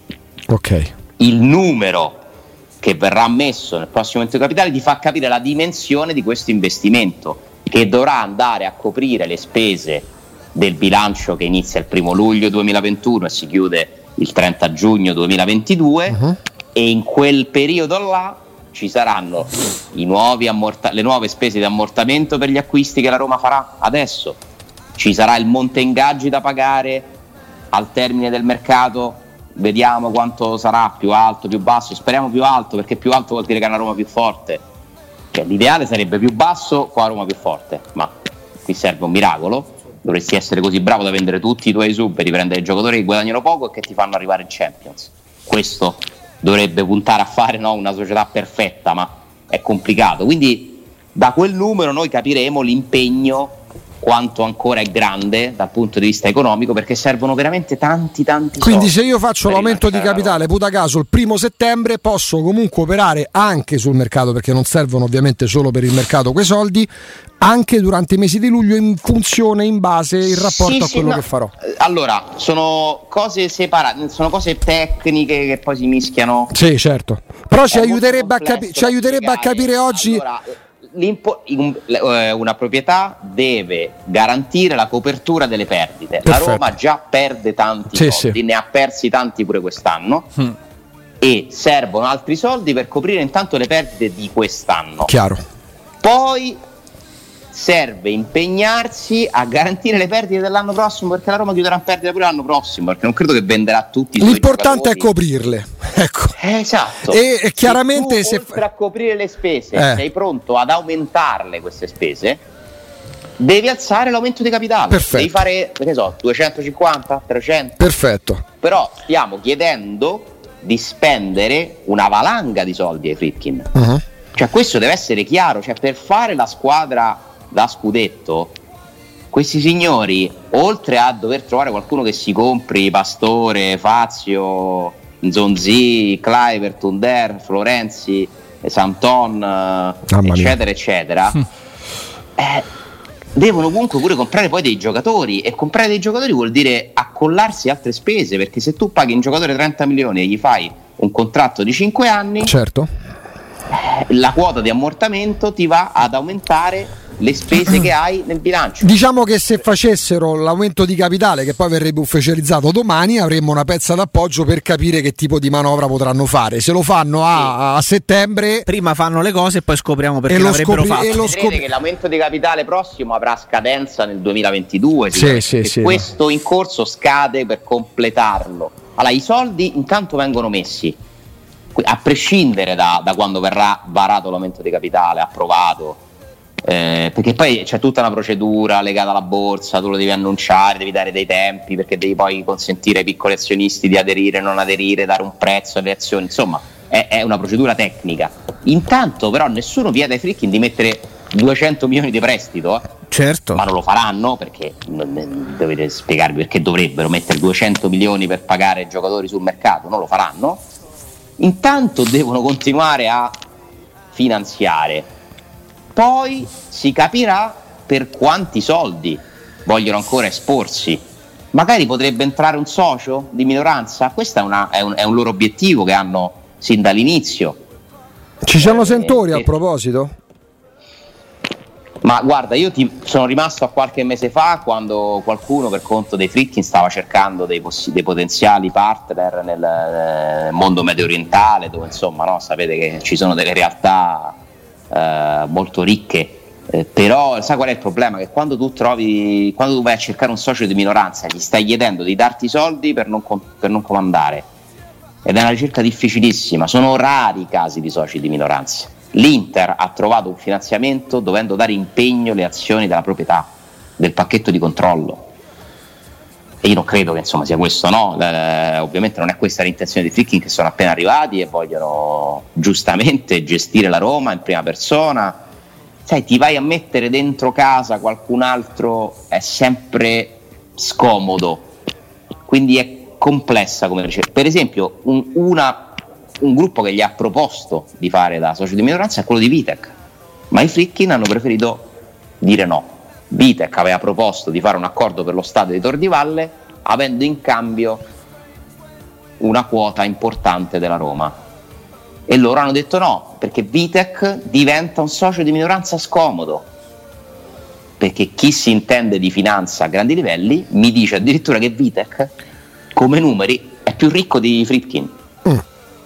Ok. Il numero che verrà messo nel prossimo aumento di capitale ti fa capire la dimensione di questo investimento, che dovrà andare a coprire le spese del bilancio che inizia il primo luglio duemilaventuno e si chiude il trenta giugno duemilaventidue, uh-huh. e in quel periodo là ci saranno i nuovi ammorta- le nuove spese di ammortamento per gli acquisti che la Roma farà adesso, ci sarà il monte ingaggi da pagare al termine del mercato, vediamo quanto sarà, più alto, più basso, speriamo più alto, perché più alto vuol dire che è una Roma più forte, cioè, l'ideale sarebbe più basso con la Roma più forte, ma qui serve un miracolo. Dovresti essere così bravo da vendere tutti i tuoi sub e riprendere i giocatori che guadagnano poco e che ti fanno arrivare in Champions. Questo dovrebbe puntare a fare, no, una società perfetta, ma è complicato. Quindi da quel numero noi capiremo l'impegno quanto ancora è grande dal punto di vista economico, perché servono veramente tanti tanti quindi soldi. Se io faccio l'aumento di capitale, puta caso, il primo settembre posso comunque operare anche sul mercato, perché non servono ovviamente solo per il mercato quei soldi, anche durante i mesi di luglio, in funzione, in base, in rapporto sì, a quello sì, no. che farò. Allora, sono cose separate, sono cose tecniche che poi si mischiano. Sì, certo. Però ci aiuterebbe, a, capi- ci aiuterebbe a capire oggi. Allora, una proprietà deve garantire la copertura delle perdite. Perfetto. La Roma già perde tanti sì, soldi, sì. ne ha persi tanti pure quest'anno, mm. e servono altri soldi per coprire intanto le perdite di quest'anno. Chiaro. Poi serve impegnarsi a garantire le perdite dell'anno prossimo, perché la Roma chiuderà in perdita pure l'anno prossimo, perché non credo che venderà tutti. L'importante è coprirle, ecco. Eh, esatto. E, e chiaramente se tu, se oltre a coprire le spese eh. sei pronto ad aumentarle queste spese, devi alzare l'aumento di capitale. Perfetto. Devi fare, che so, duecentocinquanta, trecento. Perfetto. Però stiamo chiedendo di spendere una valanga di soldi ai Friedkin. Uh-huh. Cioè questo deve essere chiaro, cioè per fare la squadra da scudetto questi signori, oltre a dover trovare qualcuno che si compri Pastore, Fazio, Zonzi, Kluivert, Under, Florenzi, Santon, eccetera eccetera, eh, devono comunque pure comprare poi dei giocatori, e comprare dei giocatori vuol dire accollarsi altre spese, perché se tu paghi un giocatore trenta milioni e gli fai un contratto di cinque anni, certo, eh, la quota di ammortamento ti va ad aumentare le spese che hai nel bilancio. Diciamo che se facessero l'aumento di capitale, che poi verrebbe ufficializzato domani, avremmo una pezza d'appoggio per capire che tipo di manovra potranno fare. Se lo fanno a, a settembre, prima fanno le cose e poi scopriamo perché e lo l'avrebbero scopri- fatto. e lo Vedrete scopri- che l'aumento di capitale prossimo avrà scadenza nel duemilaventidue. Sì, sì, sì. Questo in corso scade per completarlo. Allora, i soldi intanto vengono messi, a prescindere da, da quando verrà varato l'aumento di capitale, approvato. Eh, perché poi c'è tutta una procedura legata alla borsa, tu lo devi annunciare, devi dare dei tempi, perché devi poi consentire ai piccoli azionisti di aderire, non aderire, dare un prezzo alle azioni, insomma è, è una procedura tecnica. Intanto però nessuno vieta ai Friedkin di mettere duecento milioni di prestito, eh? Certo. Ma non lo faranno, perché non, dovete spiegarvi perché dovrebbero mettere duecento milioni per pagare giocatori sul mercato, non lo faranno. Intanto devono continuare a finanziare. Poi si capirà per quanti soldi vogliono ancora esporsi. Magari potrebbe entrare un socio di minoranza. Questo è, una, è, un, è un loro obiettivo che hanno sin dall'inizio. Ci sono eh, sentori eh, a proposito? Ma guarda, io ti sono rimasto a qualche mese fa, quando qualcuno per conto dei Friedkin stava cercando dei, poss- dei potenziali partner nel eh, mondo medio orientale, dove insomma, no, sapete che ci sono delle realtà Uh, molto ricche, eh, però sai qual è il problema? Che quando tu trovi, quando tu vai a cercare un socio di minoranza, gli stai chiedendo di darti soldi per non, com- per non comandare, ed è una ricerca difficilissima. Sono rari i casi di soci di minoranza. L'Inter ha trovato un finanziamento dovendo dare impegno le azioni della proprietà, del pacchetto di controllo, e io non credo che insomma sia questo, no? Eh, ovviamente non è questa l'intenzione dei Friedkin, che sono appena arrivati e vogliono giustamente gestire la Roma in prima persona. Sai, ti vai a mettere dentro casa qualcun altro, è sempre scomodo, quindi è complessa come ricerca. Per esempio un, una, un gruppo che gli ha proposto di fare da socio di minoranza è quello di Vitek, ma i Friedkin hanno preferito dire no. Vitek aveva proposto di fare un accordo per lo stadio di Tor di Valle, avendo in cambio una quota importante della Roma, e loro hanno detto no, perché Vitek diventa un socio di minoranza scomodo, perché chi si intende di finanza a grandi livelli mi dice addirittura che Vitek come numeri è più ricco di Friedkin. mm.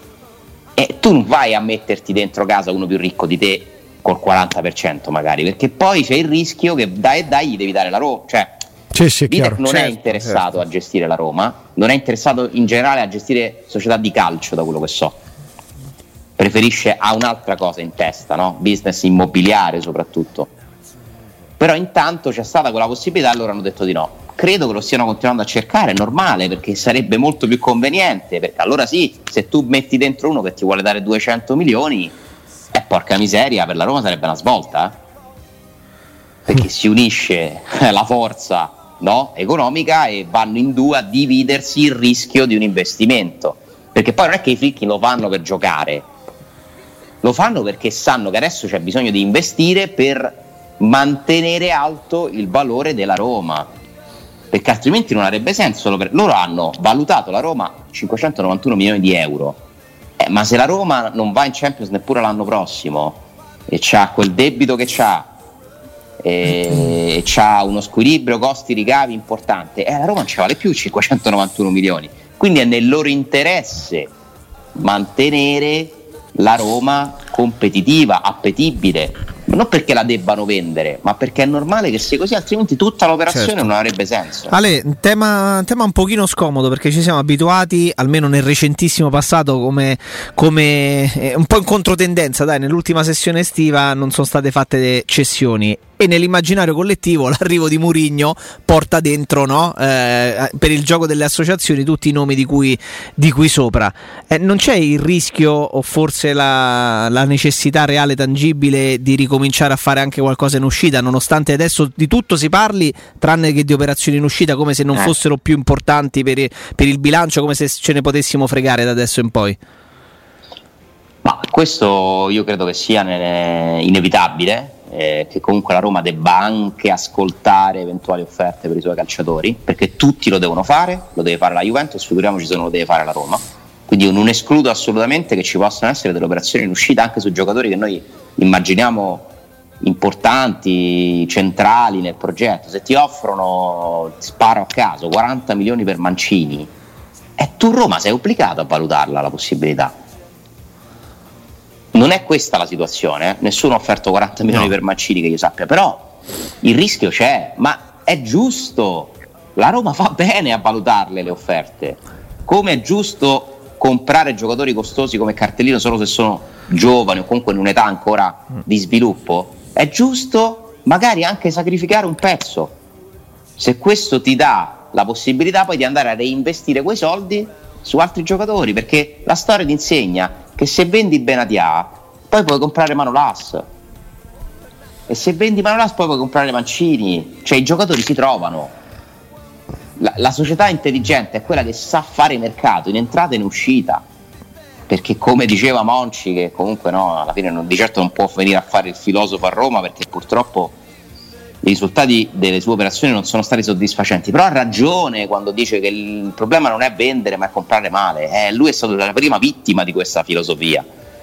E tu non vai a metterti dentro casa uno più ricco di te col quaranta per cento magari, perché poi c'è il rischio che dai e dai gli devi dare la Roma, cioè sì, sì, Vitek non certo, è interessato certo. a gestire la Roma, non è interessato in generale a gestire società di calcio, da quello che so, preferisce, ha un'altra cosa in testa, no? Business immobiliare soprattutto. Però intanto c'è stata quella possibilità e loro hanno detto di no. Credo che lo stiano continuando a cercare, è normale, perché sarebbe molto più conveniente, perché allora sì, se tu metti dentro uno che ti vuole dare duecento milioni, eh, porca miseria, per la Roma sarebbe una svolta, eh? Perché si unisce la forza, no, economica, e vanno in due a dividersi il rischio di un investimento, perché poi non è che i Friedkin lo fanno per giocare, lo fanno perché sanno che adesso c'è bisogno di investire per mantenere alto il valore della Roma, perché altrimenti non avrebbe senso. Loro hanno valutato la Roma cinquecentonovantuno milioni di euro, eh, ma se la Roma non va in Champions neppure l'anno prossimo e c'ha quel debito che c'ha e, e c'ha uno squilibrio costi-ricavi importante, eh, la Roma non ci vale più cinquecentonovantuno milioni, quindi è nel loro interesse mantenere la Roma competitiva, appetibile, non perché la debbano vendere, ma perché è normale che sia così, altrimenti tutta l'operazione certo. non avrebbe senso. Ale, un tema, tema un pochino scomodo, perché ci siamo abituati, almeno nel recentissimo passato, come, come eh, un po' in controtendenza, dai, nell'ultima sessione estiva non sono state fatte cessioni. E nell'immaginario collettivo l'arrivo di Mourinho porta dentro, no? eh, per il gioco delle associazioni, tutti i nomi di cui, di cui sopra. Eh, non c'è il rischio o forse la, la necessità reale, tangibile, di ricominciare a fare anche qualcosa in uscita, nonostante adesso di tutto si parli, tranne che di operazioni in uscita, come se non eh. fossero più importanti per, per il bilancio, come se ce ne potessimo fregare da adesso in poi? Ma questo io credo che sia inevitabile. Eh, che comunque la Roma debba anche ascoltare eventuali offerte per i suoi calciatori, perché tutti lo devono fare, lo deve fare la Juventus, figuriamoci se non lo deve fare la Roma. Quindi io non escludo assolutamente che ci possano essere delle operazioni in uscita anche su giocatori che noi immaginiamo importanti, centrali nel progetto. Se ti offrono, sparo a caso, quaranta milioni per Mancini, e tu Roma sei obbligato a valutarla la possibilità. Non è questa la situazione, eh? Nessuno ha offerto quaranta milioni no. per Mancini che io sappia, però il rischio c'è, ma è giusto, la Roma fa bene a valutarle le offerte, come è giusto comprare giocatori costosi come Cartellino solo se sono giovani o comunque in un'età ancora di sviluppo, è giusto magari anche sacrificare un pezzo, se questo ti dà la possibilità poi di andare a reinvestire quei soldi su altri giocatori, perché la storia ti insegna che se vendi Benatia poi puoi comprare Manolas, e se vendi Manolas poi puoi comprare Mancini, cioè i giocatori si trovano. La, la società intelligente è quella che sa fare mercato in entrata e in uscita, perché come diceva Monci, che comunque no, alla fine non, di certo non può venire a fare il filosofo a Roma perché purtroppo i risultati delle sue operazioni non sono stati soddisfacenti, però ha ragione quando dice che il problema non è vendere ma è comprare male. eh, lui è stato la prima vittima di questa filosofia,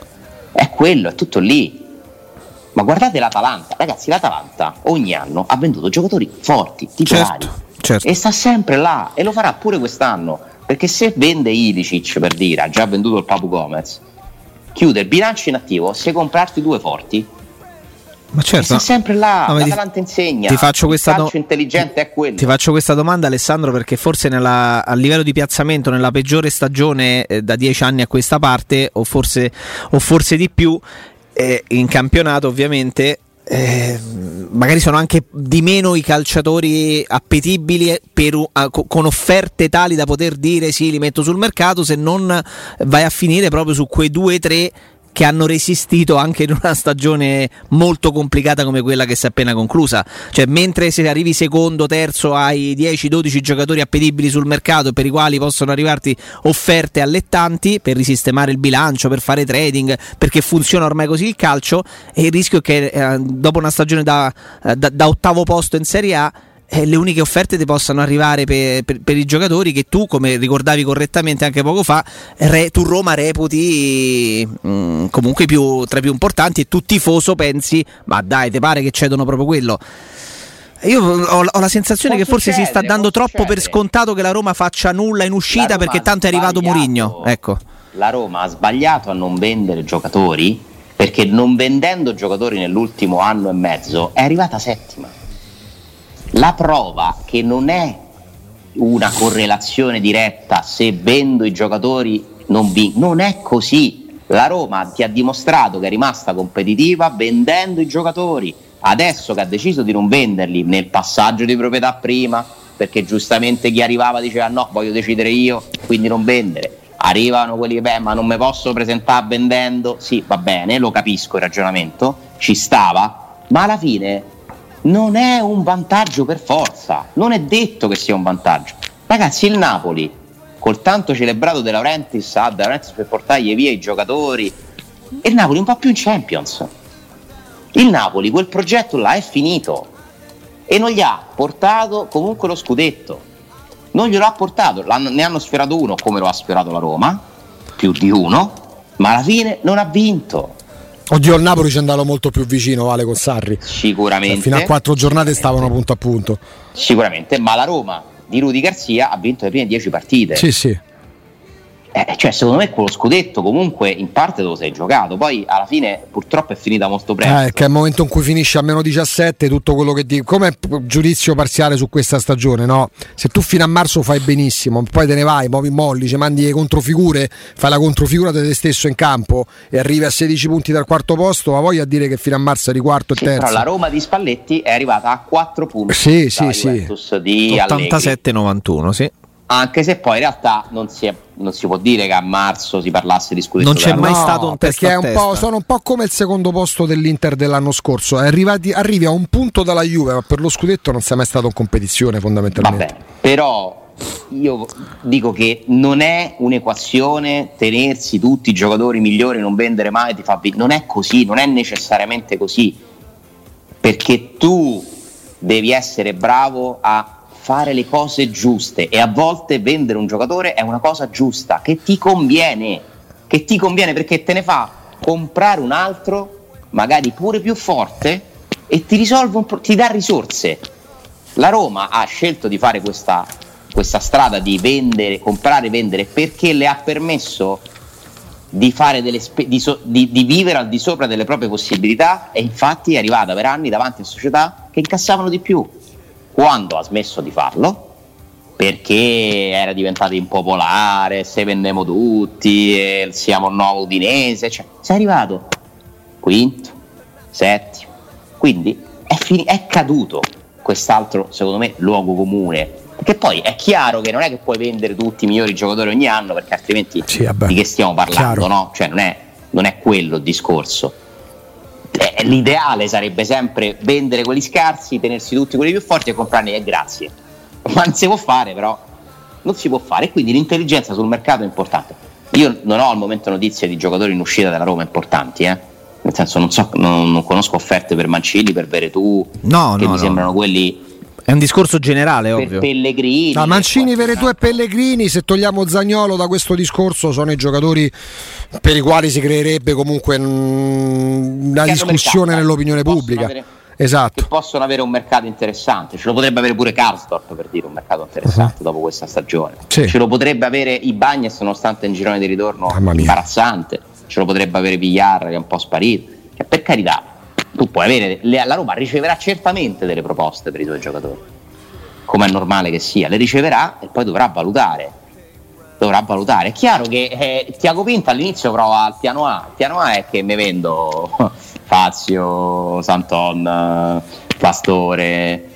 è quello, è tutto lì. Ma guardate l'Atalanta, ragazzi, l'Atalanta ogni anno ha venduto giocatori forti, titolari, certo, certo. e sta sempre là, e lo farà pure quest'anno, perché se vende Ilicic, per dire, ha già venduto il Papu Gomez, chiude il bilancio in attivo, se comprarti due forti. Ma certo, sta sempre là, no, l'Atalanta ti, insegna. Ti faccio questa il calcio do- intelligente è quello. Ti faccio questa domanda, Alessandro, perché forse nella, a livello di piazzamento nella peggiore stagione eh, da dieci anni a questa parte, o forse, o forse di più, eh, in campionato ovviamente, eh, magari sono anche di meno i calciatori appetibili per, uh, con offerte tali da poter dire sì, li metto sul mercato, se non vai a finire proprio su quei due tre che hanno resistito anche in una stagione molto complicata come quella che si è appena conclusa. Cioè, mentre se arrivi secondo, terzo, hai dieci dodici giocatori appetibili sul mercato per i quali possono arrivarti offerte allettanti per risistemare il bilancio, per fare trading, perché funziona ormai così il calcio, e il rischio è che eh, dopo una stagione da, da, da ottavo posto in Serie A, Eh, le uniche offerte ti possano arrivare per, per, per i giocatori che tu, come ricordavi correttamente anche poco fa, re, tu Roma reputi mh, comunque più, tra i più importanti, e tu tifoso pensi, ma dai, te pare che cedono proprio quello? Io ho, ho la sensazione può che forse si sta dando troppo succedere. per scontato che la Roma faccia nulla in uscita perché tanto è arrivato Mourinho. Ecco. La Roma ha sbagliato a non vendere giocatori, perché non vendendo giocatori nell'ultimo anno e mezzo è arrivata settima. La prova che non è una correlazione diretta, se vendo i giocatori non vinco, non è così. La Roma ti ha dimostrato che è rimasta competitiva vendendo i giocatori. Adesso che ha deciso di non venderli nel passaggio di proprietà prima, perché giustamente chi arrivava diceva no, voglio decidere io, quindi non vendere. Arrivano quelli che beh, ma non mi posso presentare vendendo. Sì, va bene, lo capisco il ragionamento, ci stava, ma alla fine non è un vantaggio per forza, non è detto che sia un vantaggio. Ragazzi, il Napoli, col tanto celebrato De Laurentiis, ah, De Laurentiis per portargli via i giocatori, e il Napoli un po' più in Champions. Il Napoli, quel progetto là è finito e non gli ha portato comunque lo scudetto, non glielo ha portato, ne hanno sfiorato uno come lo ha sfiorato la Roma, più di uno, ma alla fine non ha vinto. Oddio, il Napoli ci è andato molto più vicino, Vale, con Sarri. Sicuramente. Cioè, fino a quattro giornate stavano punto a punto. Sicuramente, ma la Roma di Rudy Garcia ha vinto le prime dieci partite. Sì, sì. Eh, cioè secondo me quello scudetto comunque in parte te lo sei giocato, poi alla fine purtroppo è finita molto presto. Eh, che è il momento in cui finisce a meno diciassette tutto quello che dico, come giudizio parziale su questa stagione, no? Se tu fino a marzo fai benissimo, poi te ne vai, muovi molli, ci mandi le controfigure, fai la controfigura di te stesso in campo e arrivi a sedici punti dal quarto posto, ma voglio a dire che fino a marzo eri quarto e sì, terzo. Però la Roma di Spalletti è arrivata a quattro punti sì, sì, sì. di ottantasette novantuno, sì. Anche se poi in realtà non si, è, non si può dire che a marzo si parlasse di scudetto. Non c'è mai no, stato un perché è un testa po', sono un po' come il secondo posto dell'Inter dell'anno scorso. Arrivati, arrivi a un punto dalla Juve, ma per lo scudetto non sei mai stato in competizione fondamentalmente. Vabbè, però io dico che non è un'equazione tenersi tutti i giocatori migliori, non vendere mai, ti fa vi- non è così, non è necessariamente così, perché tu devi essere bravo a fare le cose giuste e a volte vendere un giocatore è una cosa giusta che ti conviene, che ti conviene perché te ne fa comprare un altro magari pure più forte e ti risolve un pro- ti dà risorse. La Roma ha scelto di fare questa, questa strada di vendere, comprare, vendere perché le ha permesso di fare delle spe- di, so- di, di vivere al di sopra delle proprie possibilità e infatti è arrivata per anni davanti a società che incassavano di più. Quando ha smesso di farlo, perché era diventato impopolare, se vendiamo tutti, e siamo un nuovo Udinese, cioè, sei arrivato quinto, settimo, quindi è, fini- è caduto quest'altro, secondo me, luogo comune, perché poi è chiaro che non è che puoi vendere tutti i migliori giocatori ogni anno, perché altrimenti sì, vabbè, di che stiamo parlando, chiaro. No? Cioè non è, non è quello il discorso. Eh, l'ideale sarebbe sempre vendere quelli scarsi, tenersi tutti quelli più forti e comprarne e grazie, ma non si può fare, però non si può fare, e quindi l'intelligenza sul mercato è importante. Io non ho al momento notizie di giocatori in uscita dalla Roma importanti, eh? Nel senso non, so, non, non conosco offerte per Mancini, per Veretù, no, che no, mi no. sembrano quelli. È un discorso generale, per ovvio. Pellegrini, da Mancini, Veretù e Pellegrini, se togliamo Zaniolo da questo discorso, sono i giocatori per i quali si creerebbe comunque una discussione mercato, nell'opinione pubblica. Avere, esatto. Che possono avere un mercato interessante. Ce lo potrebbe avere pure Karsdorp, per dire, un mercato interessante uh-huh. dopo questa stagione. Sì. Ce lo potrebbe avere Ibañez, nonostante un girone di ritorno imbarazzante. Ce lo potrebbe avere Villar, che è un po' sparito. Cioè, per carità, tu puoi avere, la Roma riceverà certamente delle proposte per i suoi giocatori, come è normale che sia, le riceverà e poi dovrà valutare dovrà valutare. È chiaro che eh, Tiago Pinto all'inizio prova il piano A, il piano A è che mi vendo Fazio, Santon, Pastore,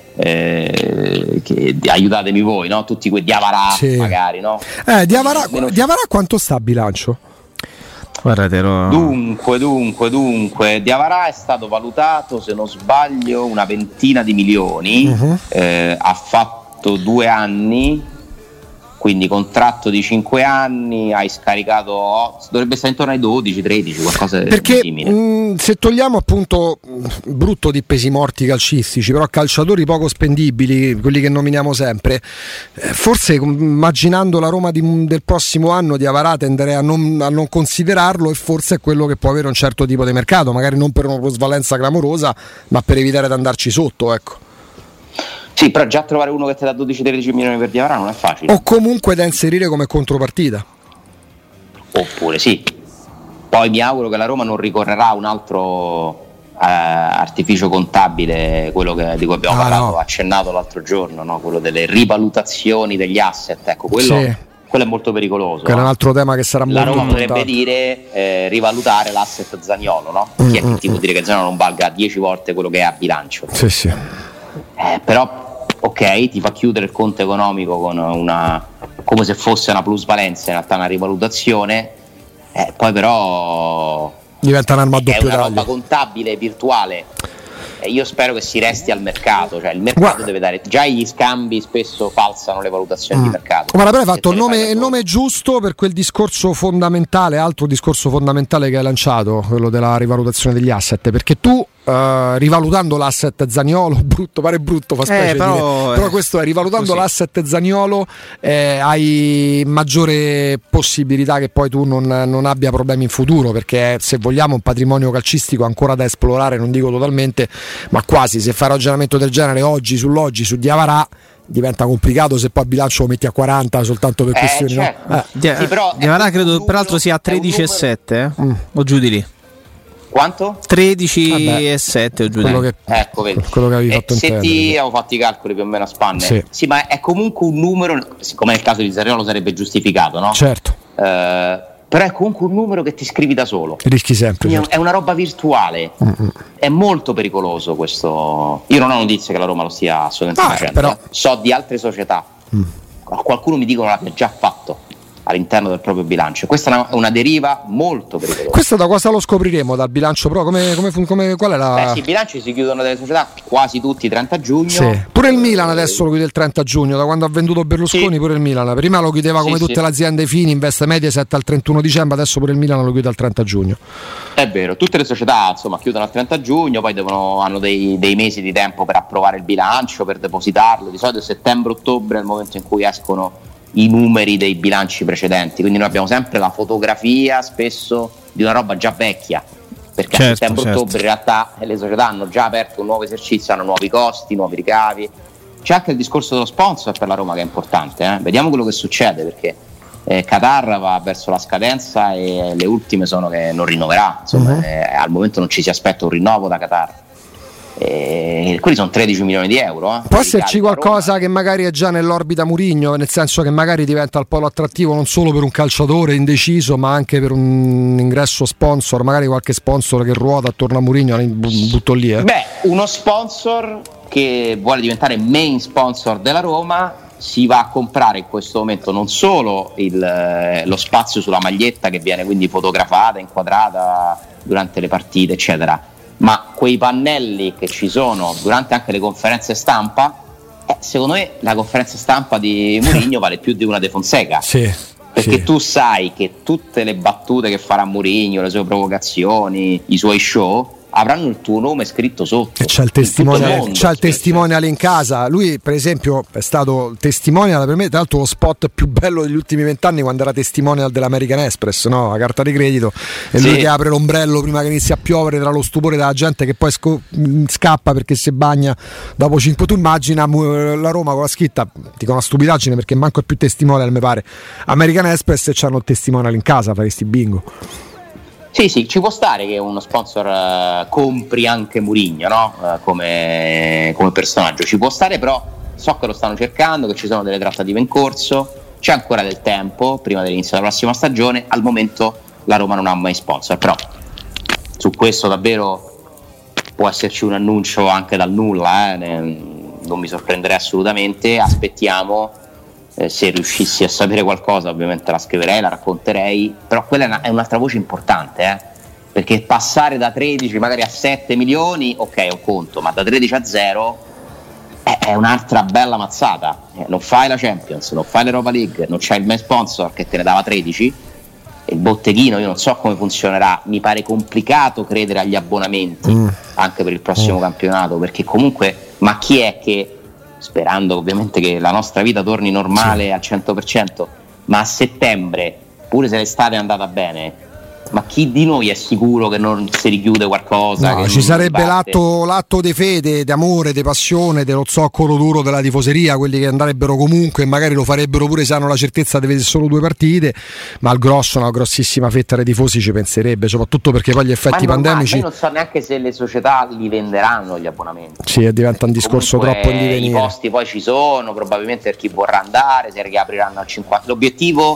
eh, che, aiutatemi voi, no? Tutti quei Diavarà, sì. magari, no? Eh, Diavarà, Meno... Diavarà quanto sta a bilancio? Guardatelo. Dunque, dunque, dunque, Diavarà è stato valutato, se non sbaglio, una ventina di milioni, uh-huh. eh, ha fatto due anni, quindi contratto di cinque anni, hai scaricato, dovrebbe stare intorno ai dodici tredici, qualcosa perché, di simile. Mh, se togliamo appunto, brutto di pesi morti calcistici, però calciatori poco spendibili, quelli che nominiamo sempre, eh, forse immaginando la Roma di, del prossimo anno di Diavarà tenderei a non, a non considerarlo, e forse è quello che può avere un certo tipo di mercato, magari non per una plusvalenza clamorosa, ma per evitare di andarci sotto, ecco. Sì, però già trovare uno che ti dà dodici tredici milioni per Diavarà non è facile. O comunque da inserire come contropartita. Oppure sì. Poi mi auguro che la Roma non ricorrerà a un altro eh, artificio contabile, quello che, di cui abbiamo ah, parlato, no. accennato l'altro giorno, no? Quello delle rivalutazioni degli asset. Ecco, quello, sì. quello è molto pericoloso. Che è un altro tema che sarà la molto Roma importante. potrebbe dire eh, rivalutare l'asset Zaniolo, no? Mm, Chi è che mm, ti può dire che Zaniolo non valga dieci volte quello che è a bilancio? Sì, sì. Eh, però ok, ti fa chiudere il conto economico con una, come se fosse una plusvalenza, in realtà una rivalutazione, eh, poi però diventa un'arma a doppio taglio. È una roba contabile virtuale, e io spero che si resti al mercato, cioè il mercato Guarda. deve dare, già gli scambi spesso falsano le valutazioni mm. di mercato. Ma l'avrai fatto il nome, il nome giusto per quel discorso fondamentale, altro discorso fondamentale che hai lanciato, quello della rivalutazione degli asset, perché tu Uh, rivalutando l'asset Zaniolo, brutto, pare brutto, fa specie eh, però, dire. Però questo è, rivalutando così. L'asset Zaniolo eh, hai maggiore possibilità che poi tu non, non abbia problemi in futuro, perché se vogliamo un patrimonio calcistico ancora da esplorare, non dico totalmente, ma quasi. Se fai un ragionamento del genere oggi sull'oggi su Diavarà, diventa complicato se poi a bilancio lo metti a quaranta soltanto per eh, questioni, certo. no? eh. Sì, però Diavara credo numero, peraltro sia a tredici e sette eh? mm. o giù di lì. Quanto? tredici e sette o giù di lì. Che, ecco, vedi. Quello che avevi fatto eh, se intendere, ti sì. avevo fatto i calcoli più o meno a spanne, sì. sì, ma è comunque un numero, siccome nel caso di Zaniolo sarebbe giustificato, no? Certo. Eh, però è comunque un numero che ti scrivi da solo. Rischi sempre. Certo. È una roba virtuale. Mm-hmm. È molto pericoloso questo. Io non ho notizie che la Roma lo stia assolutamente ah, facendo. Però... So di altre società. Mm. Qualcuno mi dicono l'abbia già fatto all'interno del proprio bilancio. Questa è una deriva molto pericolosa. Questo da cosa lo scopriremo? Dal bilancio pro? Come, come, come, qual è la... Beh, sì, i bilanci si chiudono delle società quasi tutti il trenta giugno. Sì. Pure il Milan adesso lo chiude il trenta giugno, da quando ha venduto Berlusconi, sì. Pure il Milan. Prima lo chiudeva come sì, tutte sì. le aziende fini, Invest Mediaset al trentuno dicembre, adesso pure il Milan lo chiude al trenta giugno. È vero, tutte le società insomma chiudono al trenta giugno, poi devono, hanno dei, dei mesi di tempo per approvare il bilancio, per depositarlo. Di solito settembre-ottobre è il momento in cui escono i numeri dei bilanci precedenti, quindi noi abbiamo sempre la fotografia spesso di una roba già vecchia, perché certo, a settembre-ottobre certo. in realtà le società hanno già aperto un nuovo esercizio, hanno nuovi costi, nuovi ricavi. C'è anche il discorso dello sponsor per la Roma che è importante, eh? Vediamo quello che succede, perché eh, Qatar va verso la scadenza e le ultime sono che non rinnoverà, insomma, uh-huh. eh, al momento non ci si aspetta un rinnovo da Qatar. E quelli sono tredici milioni di euro. Eh, Può esserci qualcosa che magari è già nell'orbita Mourinho, nel senso che magari diventa il polo attrattivo non solo per un calciatore indeciso, ma anche per un ingresso sponsor, magari qualche sponsor che ruota attorno a Mourinho, butto lì. Eh. Beh, uno sponsor che vuole diventare main sponsor della Roma si va a comprare in questo momento non solo il, lo spazio sulla maglietta che viene quindi fotografata, inquadrata durante le partite, eccetera, ma quei pannelli che ci sono durante anche le conferenze stampa, eh, secondo me la conferenza stampa di Mourinho vale più di una De Fonseca, sì, perché sì. tu sai che tutte le battute che farà Mourinho, le sue provocazioni, i suoi show avranno il tuo nome scritto sotto. E c'ha il testimonial, c'ha il testimonial in casa. Lui per esempio è stato testimonial per me, tra l'altro lo spot più bello degli ultimi vent'anni, quando era testimonial dell'American Express, no? La carta di credito, e sì. lui che apre l'ombrello prima che inizi a piovere, tra lo stupore della gente che poi sco- scappa perché si bagna dopo cinque. Tu immagina la Roma con la scritta, dico una stupidaggine perché manco è più testimonial, mi pare, American Express, e c'hanno il testimonial in casa, faresti bingo. Sì, sì, ci può stare che uno sponsor uh, compri anche Mourinho, no? Uh, come, come personaggio, ci può stare, però so che lo stanno cercando, che ci sono delle trattative in corso, c'è ancora del tempo prima dell'inizio della prossima stagione. Al momento la Roma non ha mai sponsor, però su questo davvero può esserci un annuncio anche dal nulla, eh? Non mi sorprenderei assolutamente. Aspettiamo. Eh, se riuscissi a sapere qualcosa ovviamente la scriverei, la racconterei, però quella è, una, è un'altra voce importante, eh? Perché passare da tredici magari a sette milioni, ok, è un conto, ma da tredici a zero è, è un'altra bella mazzata. Eh, non fai la Champions, non fai l'Europa League, non c'hai il main sponsor che te ne dava tredici, e il botteghino io non so come funzionerà, mi pare complicato credere agli abbonamenti mm. anche per il prossimo mm. campionato, perché comunque, ma chi è che, sperando ovviamente che la nostra vita torni normale sì. al cento per cento, ma a settembre, pure se l'estate è andata bene, ma chi di noi è sicuro che non si richiude qualcosa? No, che ci sarebbe l'atto, l'atto di fede, di amore, di passione, dello zoccolo duro della tifoseria, quelli che andrebbero comunque e magari lo farebbero pure se hanno la certezza di vedere solo due partite, ma al grosso, una grossissima fetta dei tifosi ci penserebbe, soprattutto perché poi gli effetti ma pandemici. Ma io non so neanche se le società li venderanno gli abbonamenti. Sì, diventa un discorso comunque troppo in divenire. I costi poi ci sono, probabilmente per chi vorrà andare, se riapriranno al cinquanta. L'obiettivo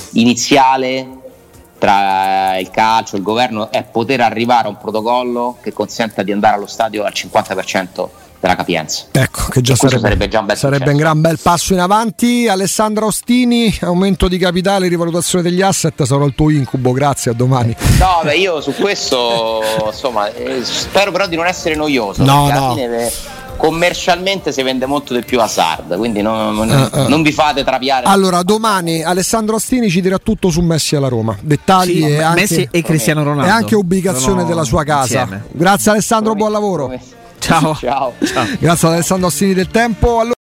iniziale tra il calcio e il governo è poter arrivare a un protocollo che consenta di andare allo stadio al cinquanta per cento della capienza. Ecco, che già sarebbe, sarebbe, già un, bel sarebbe un gran bel passo in avanti. Alessandro Ostini, aumento di capitale, rivalutazione degli asset, sarà il tuo incubo, grazie, a domani. No, beh, io su questo insomma eh, spero però di non essere noioso, no, perché no. alla fine commercialmente si vende molto di più Hazard, quindi non, non, uh, uh. non vi fate trapiare. Allora domani Alessandro Ostini ci dirà tutto su Messi alla Roma, dettagli, sì, e anche, Messi e Cristiano Ronaldo, e anche ubicazione della sua casa insieme. Grazie Alessandro, buon lavoro. Ciao. Ciao. Ciao. Grazie ad Alessandro Ostini del Tempo. Allora